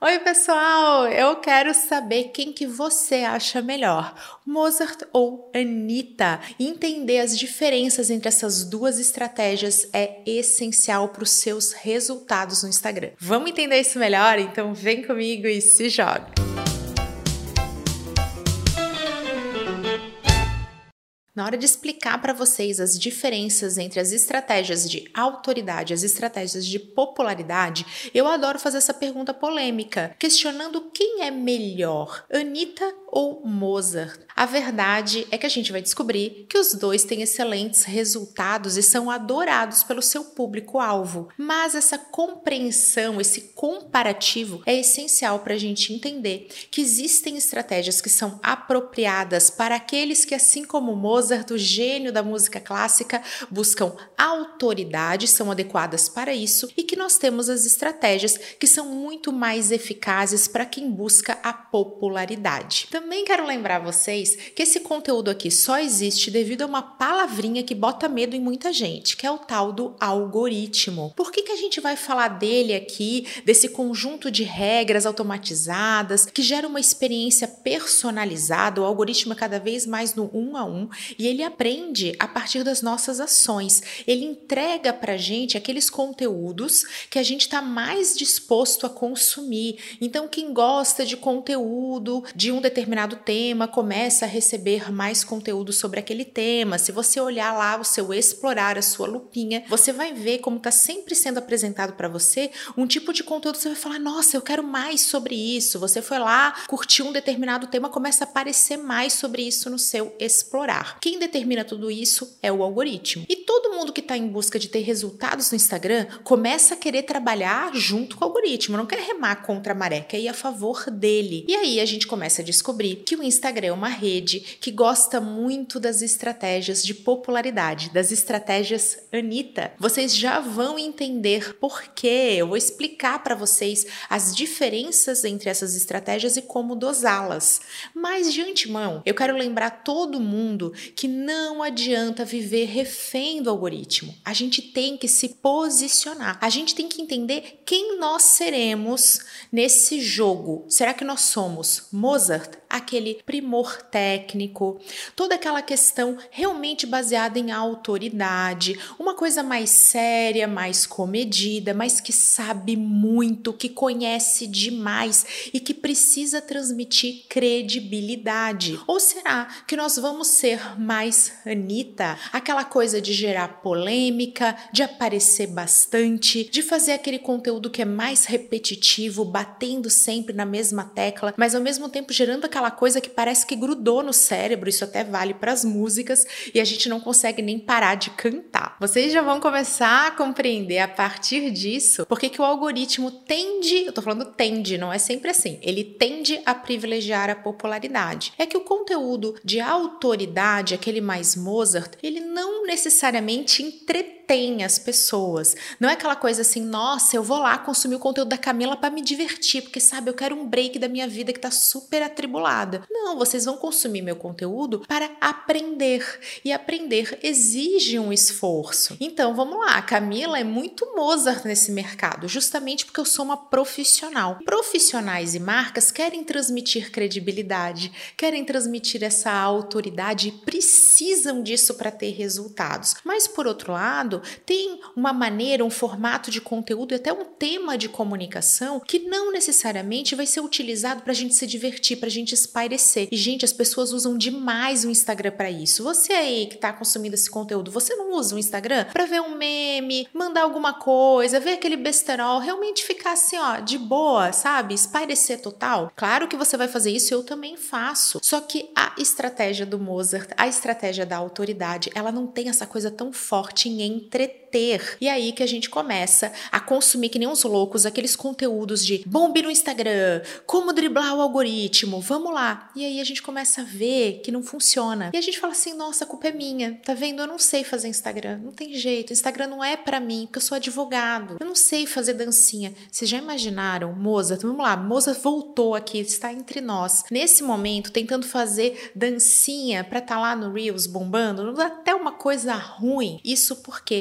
Oi, pessoal! Eu quero saber quem que você acha melhor, Mozart ou Anitta. Entender as diferenças entre essas duas estratégias é essencial para os seus resultados no Instagram. Vamos entender isso melhor? Então vem comigo e se joga! Na hora de explicar para vocês as diferenças entre as estratégias de autoridade e as estratégias de popularidade, eu adoro fazer essa pergunta polêmica, questionando quem é melhor, Anitta ou Mozart. A verdade é que a gente vai descobrir que os dois têm excelentes resultados e são adorados pelo seu público-alvo. Mas essa compreensão, esse comparativo é essencial para a gente entender que existem estratégias que são apropriadas para aqueles que, assim como Mozart, o gênio da música clássica, buscam autoridade, são adequadas para isso, e que nós temos as estratégias que são muito mais eficazes para quem busca a popularidade. Também quero lembrar vocês que esse conteúdo aqui só existe devido a uma palavrinha que bota medo em muita gente, que é o tal do algoritmo. Por que a gente vai falar dele aqui, desse conjunto de regras automatizadas que gera uma experiência personalizada? O algoritmo é cada vez mais no 1 a 1 e ele aprende a partir das nossas ações. Ele entrega pra gente aqueles conteúdos que a gente está mais disposto a consumir. Então, quem gosta de conteúdo de um determinado tema começa a receber mais conteúdo sobre aquele tema. Se você olhar lá o seu explorar, a sua lupinha, você vai ver como está sempre sendo apresentado para você um tipo de conteúdo que você vai falar, nossa, eu quero mais sobre isso. Você foi lá, curtiu um determinado tema, começa a aparecer mais sobre isso no seu explorar. Quem determina tudo isso é o algoritmo. E todo mundo que está em busca de ter resultados no Instagram começa a querer trabalhar junto com o algoritmo, não quer remar contra a maré, quer ir a favor dele. E aí a gente começa a descobrir que o Instagram é uma rede que gosta muito das estratégias de popularidade, das estratégias Anitta. Vocês já vão entender por quê. Eu vou explicar para vocês as diferenças entre essas estratégias e como dosá-las. Mas de antemão, eu quero lembrar todo mundo que não adianta viver refém do algoritmo. A gente tem que se posicionar. A gente tem que entender quem nós seremos nesse jogo. Será que nós somos Mozart, aquele primor técnico, toda aquela questão realmente baseada em autoridade, uma coisa mais séria, mais comedida, mas que sabe muito, que conhece demais e que precisa transmitir credibilidade? Ou será que nós vamos ser mais Anitta, aquela coisa de gerar polêmica, de aparecer bastante, de fazer aquele conteúdo que é mais repetitivo, batendo sempre na mesma tecla, mas ao mesmo tempo gerando aquela coisa que parece que grudou no cérebro? Isso até vale para as músicas e a gente não consegue nem parar de cantar. Vocês já vão começar a compreender a partir disso porque que o algoritmo tende, eu tô falando tende, não é sempre assim, ele tende a privilegiar a popularidade. É que o conteúdo de autoridade, aquele mais Mozart, ele não necessariamente entretém as pessoas. Não é aquela coisa assim, nossa, eu vou lá consumir o conteúdo da Camila para me divertir, porque sabe, eu quero um break da minha vida que tá super atribulada. Não, vocês vão consumir meu conteúdo para aprender. E aprender exige um esforço. Então, vamos lá, a Camila é muito Mozart nesse mercado, justamente porque eu sou uma profissional. Profissionais e marcas querem transmitir credibilidade, querem transmitir essa autoridade e precisam disso para ter resultados. Mas, por outro lado, tem uma maneira, um formato de conteúdo e até um tema de comunicação que não necessariamente vai ser utilizado para a gente se divertir, para a gente espairecer. E, gente, as pessoas usam demais o Instagram para isso. Você aí que está consumindo esse conteúdo, você não usa o Instagram para ver um meme, mandar alguma coisa, ver aquele besterol, realmente ficar assim, ó, de boa, sabe? Espairecer total? Claro que você vai fazer isso, eu também faço. Só que a estratégia do Mozart, a estratégia da autoridade, ela não tem essa coisa tão forte em entreter. E aí que a gente começa a consumir que nem uns loucos aqueles conteúdos de bombe no Instagram, como driblar o algoritmo, vamos lá. E aí a gente começa a ver que não funciona. E a gente fala assim, nossa, a culpa é minha, tá vendo? Eu não sei fazer Instagram, não tem jeito, Instagram não é pra mim, porque eu sou advogado, eu não sei fazer dancinha. Vocês já imaginaram Mozart? Vamos lá, Mozart voltou aqui, está entre nós. Nesse momento, tentando fazer dancinha pra estar lá no Reels bombando, não dá até uma coisa ruim. Isso porque quem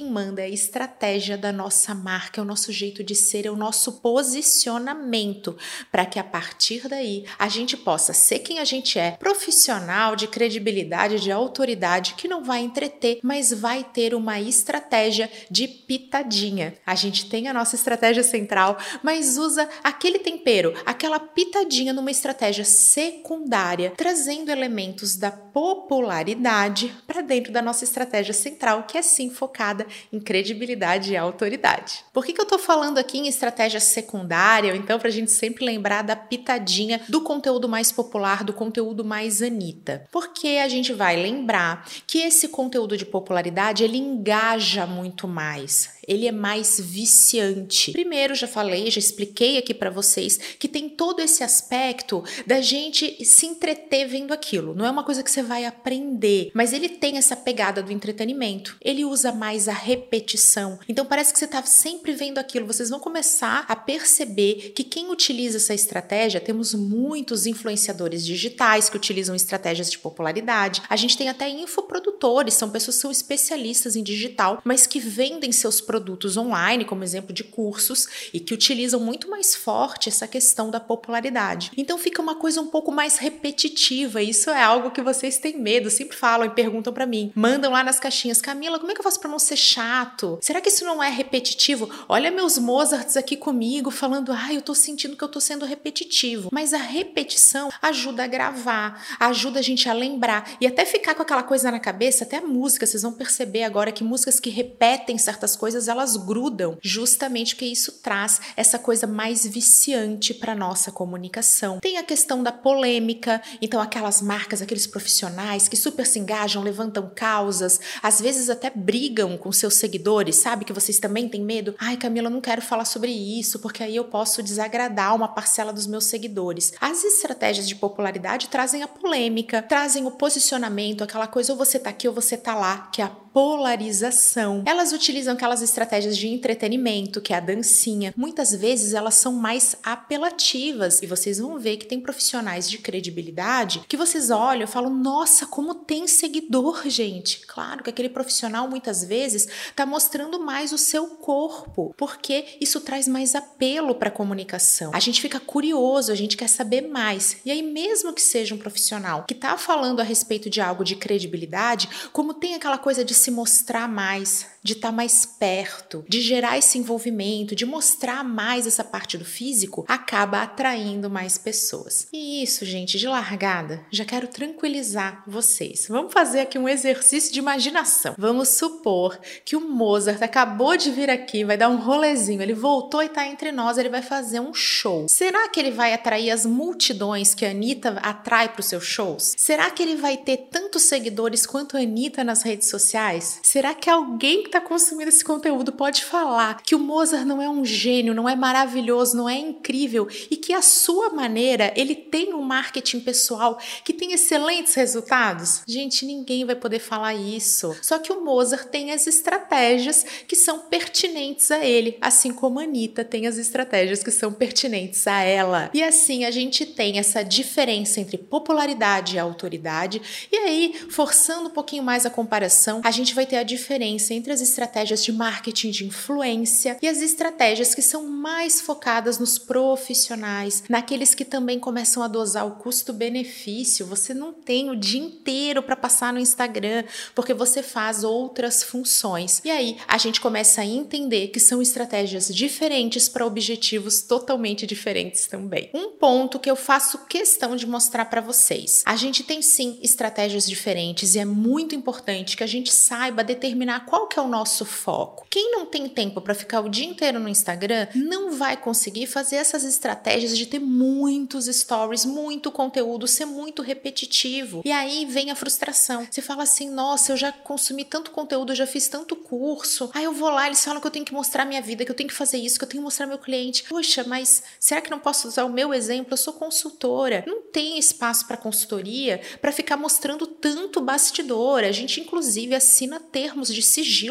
quem manda é a estratégia da nossa marca, é o nosso jeito de ser, é o nosso posicionamento, para que a partir daí a gente possa ser quem a gente é, profissional, de credibilidade, de autoridade, que não vai entreter, mas vai ter uma estratégia de pitadinha. A gente tem a nossa estratégia central, mas usa aquele tempero, aquela pitadinha numa estratégia secundária, trazendo elementos da popularidade para dentro da nossa estratégia central, que é sim focada em credibilidade e autoridade. Por que eu tô falando aqui em estratégia secundária? Ou então, para a gente sempre lembrar da pitadinha do conteúdo mais popular, do conteúdo mais Anitta. Porque a gente vai lembrar que esse conteúdo de popularidade, ele engaja muito mais. Ele é mais viciante. Primeiro, já falei, já expliquei aqui para vocês que tem todo esse aspecto da gente se entreter vendo aquilo. Não é uma coisa que você vai aprender, mas ele tem essa pegada do entretenimento. Ele usa mais a repetição. Então parece que você está sempre vendo aquilo. Vocês vão começar a perceber que quem utiliza essa estratégia, temos muitos influenciadores digitais que utilizam estratégias de popularidade. A gente tem até infoprodutores, são pessoas que são especialistas em digital, mas que vendem seus produtos online, como exemplo de cursos, e que utilizam muito mais forte essa questão da popularidade. Então fica uma coisa um pouco mais repetitiva. Isso é algo que vocês têm medo, sempre falam e perguntam pra mim. Mandam lá nas caixinhas: Camila, como é que eu faço pra não ser chato? Será que isso não é repetitivo? Olha meus Mozarts aqui comigo falando: eu tô sentindo que eu tô sendo repetitivo. Mas a repetição ajuda a gravar, ajuda a gente a lembrar e até ficar com aquela coisa na cabeça. Até a música, vocês vão perceber agora que músicas que repetem certas coisas, elas grudam, justamente porque isso traz essa coisa mais viciante para nossa comunicação. Tem a questão da polêmica, então aquelas marcas, aqueles profissionais que super se engajam, levantam causas, às vezes até brigam com seus seguidores, sabe? Que vocês também têm medo. Camila, eu não quero falar sobre isso, porque aí eu posso desagradar uma parcela dos meus seguidores. As estratégias de popularidade trazem a polêmica, trazem o posicionamento, aquela coisa, ou você tá aqui ou você tá lá, que é a polarização. Elas utilizam aquelas estratégias de entretenimento, que é a dancinha. Muitas vezes elas são mais apelativas e vocês vão ver que tem profissionais de credibilidade que vocês olham e falam: nossa, como tem seguidor, gente. Claro que aquele profissional muitas vezes está mostrando mais o seu corpo, porque isso traz mais apelo para a comunicação. A gente fica curioso, a gente quer saber mais. E aí, mesmo que seja um profissional que está falando a respeito de algo de credibilidade, como tem aquela coisa de se mostrar mais, de estar mais perto, de gerar esse envolvimento, de mostrar mais essa parte do físico, acaba atraindo mais pessoas. E isso, gente, de largada, já quero tranquilizar vocês. Vamos fazer aqui um exercício de imaginação. Vamos supor que o Mozart acabou de vir aqui, vai dar um rolezinho, ele voltou e está entre nós, ele vai fazer um show. Será que ele vai atrair as multidões que a Anitta atrai para os seus shows? Será que ele vai ter tantos seguidores quanto a Anitta nas redes sociais? Será que alguém que está consumindo esse conteúdo pode falar que o Mozart não é um gênio, não é maravilhoso, não é incrível e que a sua maneira, ele tem um marketing pessoal que tem excelentes resultados? Gente, ninguém vai poder falar isso. Só que o Mozart tem as estratégias que são pertinentes a ele, assim como a Anitta tem as estratégias que são pertinentes a ela. E assim a gente tem essa diferença entre popularidade e autoridade. E aí, forçando um pouquinho mais a comparação, a gente vai ter a diferença entre as estratégias de marketing de influência e as estratégias que são mais focadas nos profissionais, naqueles que também começam a dosar o custo-benefício. Você não tem o dia inteiro para passar no Instagram, porque você faz outras funções. E aí a gente começa a entender que são estratégias diferentes para objetivos totalmente diferentes também. Um ponto que eu faço questão de mostrar para vocês: a gente tem sim estratégias diferentes e é muito importante que a gente saiba determinar qual que é o nosso foco. Quem não tem tempo para ficar o dia inteiro no Instagram não vai conseguir fazer essas estratégias de ter muitos stories, muito conteúdo, ser muito repetitivo. E aí vem a frustração. Você fala assim: nossa, eu já consumi tanto conteúdo, eu já fiz tanto curso. Aí eu vou lá, eles falam que eu tenho que mostrar minha vida, que eu tenho que fazer isso, que eu tenho que mostrar meu cliente. Poxa, mas será que não posso usar o meu exemplo? Eu sou consultora. Não tem espaço para consultoria para ficar mostrando tanto bastidor. A gente, inclusive, assina termos de sigilo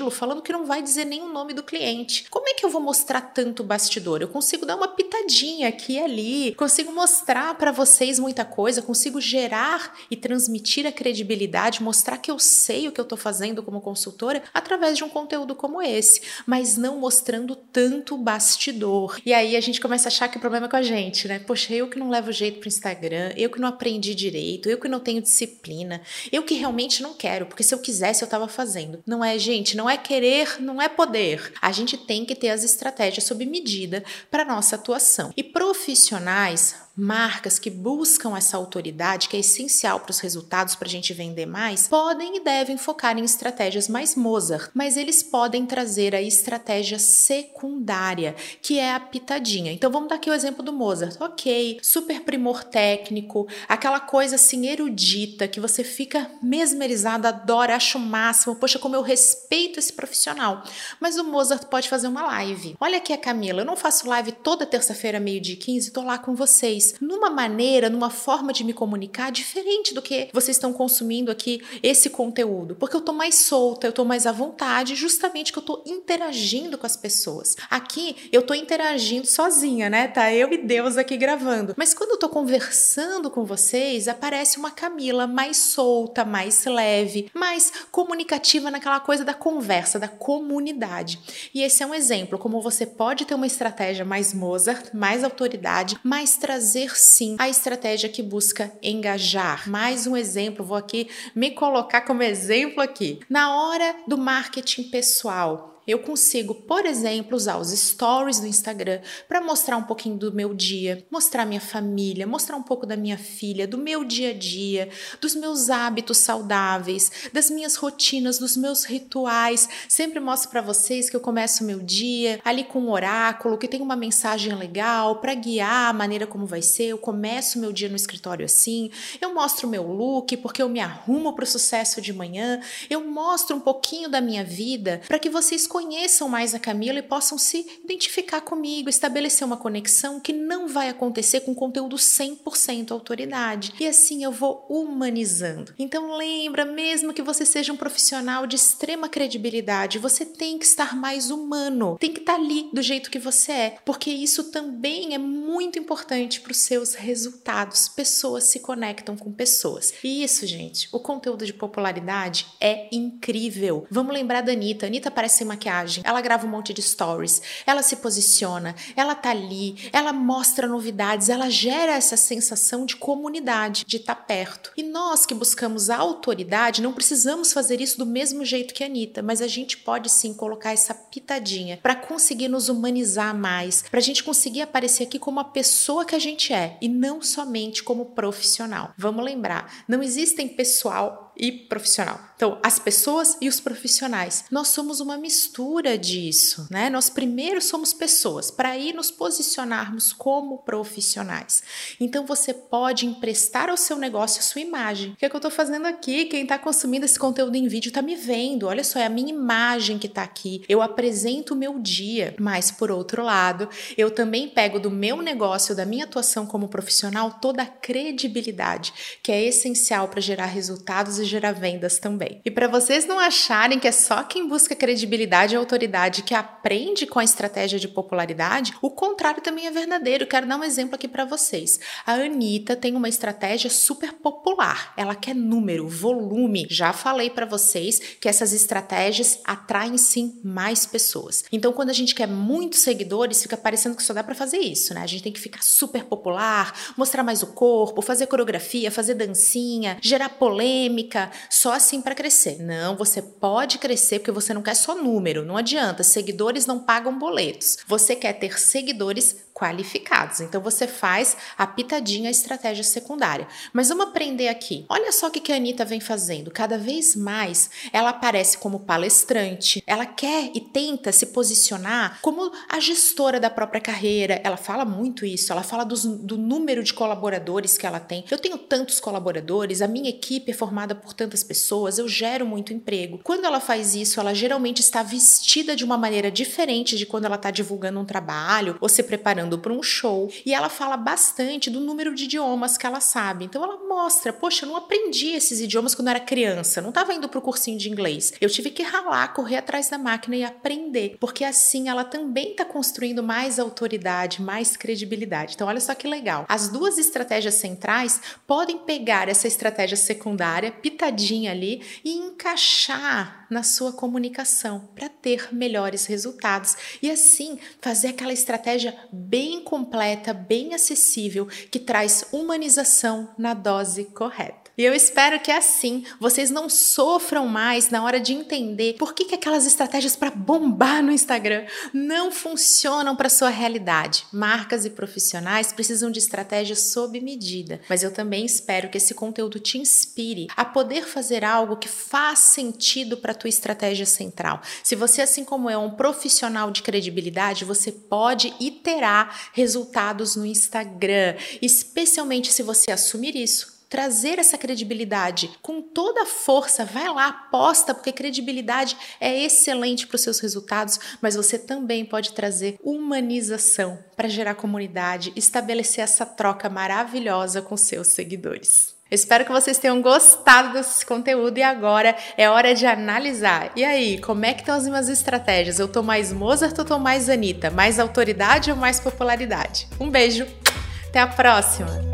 sigilo falando que não vai dizer nem o nome do cliente. Como é que eu vou mostrar tanto bastidor? Eu consigo dar uma pitadinha aqui e ali, consigo mostrar para vocês muita coisa, consigo gerar e transmitir a credibilidade, mostrar que eu sei o que eu tô fazendo como consultora através de um conteúdo como esse, mas não mostrando tanto bastidor. E aí a gente começa a achar que o problema é com a gente, né? Poxa, eu que não levo jeito pro Instagram, eu que não aprendi direito, eu que não tenho disciplina, eu que realmente não quero, porque se eu quisesse eu tava fazendo. Não é, gente, não é querer, não é poder. A gente tem que ter as estratégias sob medida para nossa atuação. E profissionais, marcas que buscam essa autoridade, que é essencial para os resultados para a gente vender mais, podem e devem focar em estratégias mais Mozart, mas eles podem trazer a estratégia secundária, que é a pitadinha. Então vamos dar aqui o exemplo do Mozart. Ok, super primor técnico, aquela coisa assim erudita, que você fica mesmerizado, adora, acha o máximo, poxa, como eu respeito esse profissional. Mas o Mozart pode fazer uma live. Olha aqui a Camila, eu não faço live toda terça-feira, 12h15, tô lá com vocês. Numa maneira, numa forma de me comunicar diferente do que vocês estão consumindo aqui esse conteúdo, porque eu tô mais solta, eu tô mais à vontade, justamente que eu tô interagindo com as pessoas. Aqui eu tô interagindo sozinha, né? Tá eu e Deus aqui gravando. Mas quando eu tô conversando com vocês, aparece uma Camila mais solta, mais leve, mais comunicativa naquela coisa da conversa, da comunidade. E esse é um exemplo, como você pode ter uma estratégia mais Mozart, mais autoridade, mas trazer sim a estratégia que busca engajar. Mais um exemplo, vou aqui me colocar como exemplo aqui. Na hora do marketing pessoal, eu consigo, por exemplo, usar os stories do Instagram para mostrar um pouquinho do meu dia, mostrar minha família, mostrar um pouco da minha filha, do meu dia a dia, dos meus hábitos saudáveis, das minhas rotinas, dos meus rituais. Sempre mostro para vocês que eu começo o meu dia ali com um oráculo, que tem uma mensagem legal para guiar a maneira como vai ser. Eu começo o meu dia no escritório assim, eu mostro o meu look porque eu me arrumo para o sucesso de manhã, eu mostro um pouquinho da minha vida para que vocês conheçam mais a Camila e possam se identificar comigo, estabelecer uma conexão que não vai acontecer com conteúdo 100% autoridade. E assim eu vou humanizando. Então lembra, mesmo que você seja um profissional de extrema credibilidade, você tem que estar mais humano, tem que estar ali do jeito que você é, porque isso também é muito importante para os seus resultados. Pessoas se conectam com pessoas. E isso, gente, o conteúdo de popularidade é incrível. Vamos lembrar da Anitta. A Anitta parece ser maquiagem, ela grava um monte de stories, ela se posiciona, ela tá ali, ela mostra novidades, ela gera essa sensação de comunidade, de estar perto. E nós que buscamos a autoridade, não precisamos fazer isso do mesmo jeito que a Anitta, mas a gente pode sim colocar essa pitadinha para conseguir nos humanizar mais, pra gente conseguir aparecer aqui como a pessoa que a gente é e não somente como profissional. Vamos lembrar, não existem pessoal e profissional. Então, as pessoas e os profissionais. Nós somos uma mistura disso, né? Nós primeiro somos pessoas para aí nos posicionarmos como profissionais. Então, você pode emprestar ao seu negócio a sua imagem. O que é que eu tô fazendo aqui? Quem está consumindo esse conteúdo em vídeo está me vendo. Olha só, é a minha imagem que está aqui. Eu apresento o meu dia. Mas, por outro lado, eu também pego do meu negócio, da minha atuação como profissional, toda a credibilidade, que é essencial para gerar resultados e gerar vendas também. E para vocês não acharem que é só quem busca credibilidade e autoridade que aprende com a estratégia de popularidade, o contrário também é verdadeiro. Quero dar um exemplo aqui para vocês. A Anitta tem uma estratégia super popular. Ela quer número, volume. Já falei para vocês que essas estratégias atraem sim mais pessoas. Então, quando a gente quer muitos seguidores, fica parecendo que só dá para fazer isso, né? A gente tem que ficar super popular, mostrar mais o corpo, fazer coreografia, fazer dancinha, gerar polêmica, só assim para crescer. Não, você pode crescer porque você não quer só número, não adianta, seguidores não pagam boletos. Você quer ter seguidores qualificados. Então você faz a pitadinha, a estratégia secundária. Mas vamos aprender aqui. Olha só o que a Anitta vem fazendo. Cada vez mais ela aparece como palestrante, ela quer e tenta se posicionar como a gestora da própria carreira. Ela fala muito isso, ela fala do número de colaboradores que ela tem. Eu tenho tantos colaboradores, a minha equipe é formada por tantas pessoas, eu gero muito emprego. Quando ela faz isso, ela geralmente está vestida de uma maneira diferente de quando ela está divulgando um trabalho ou se preparando preparando para um show e ela fala bastante do número de idiomas que ela sabe. Então ela mostra, poxa, eu não aprendi esses idiomas quando eu era criança, não estava indo para o cursinho de inglês. Eu tive que ralar, correr atrás da máquina e aprender, porque assim ela também está construindo mais autoridade, mais credibilidade. Então olha só que legal. As duas estratégias centrais podem pegar essa estratégia secundária, pitadinha ali, e encaixar na sua comunicação para ter melhores resultados e assim fazer aquela estratégia bem completa, bem acessível, que traz humanização na dose correta. E eu espero que assim vocês não sofram mais na hora de entender por que aquelas estratégias para bombar no Instagram não funcionam para sua realidade. Marcas e profissionais precisam de estratégias sob medida, mas eu também espero que esse conteúdo te inspire a poder fazer algo que faz sentido para a tua estratégia central. Se você, assim como eu, é um profissional de credibilidade, você pode e terá resultados no Instagram, especialmente se você assumir isso. Trazer essa credibilidade com toda a força, vai lá, aposta, porque credibilidade é excelente para os seus resultados, mas você também pode trazer humanização para gerar comunidade, estabelecer essa troca maravilhosa com seus seguidores. Espero que vocês tenham gostado desse conteúdo e agora é hora de analisar. E aí, como é que estão as minhas estratégias? Eu tô mais Mozart ou tô mais Anitta? Mais autoridade ou mais popularidade? Um beijo, até a próxima!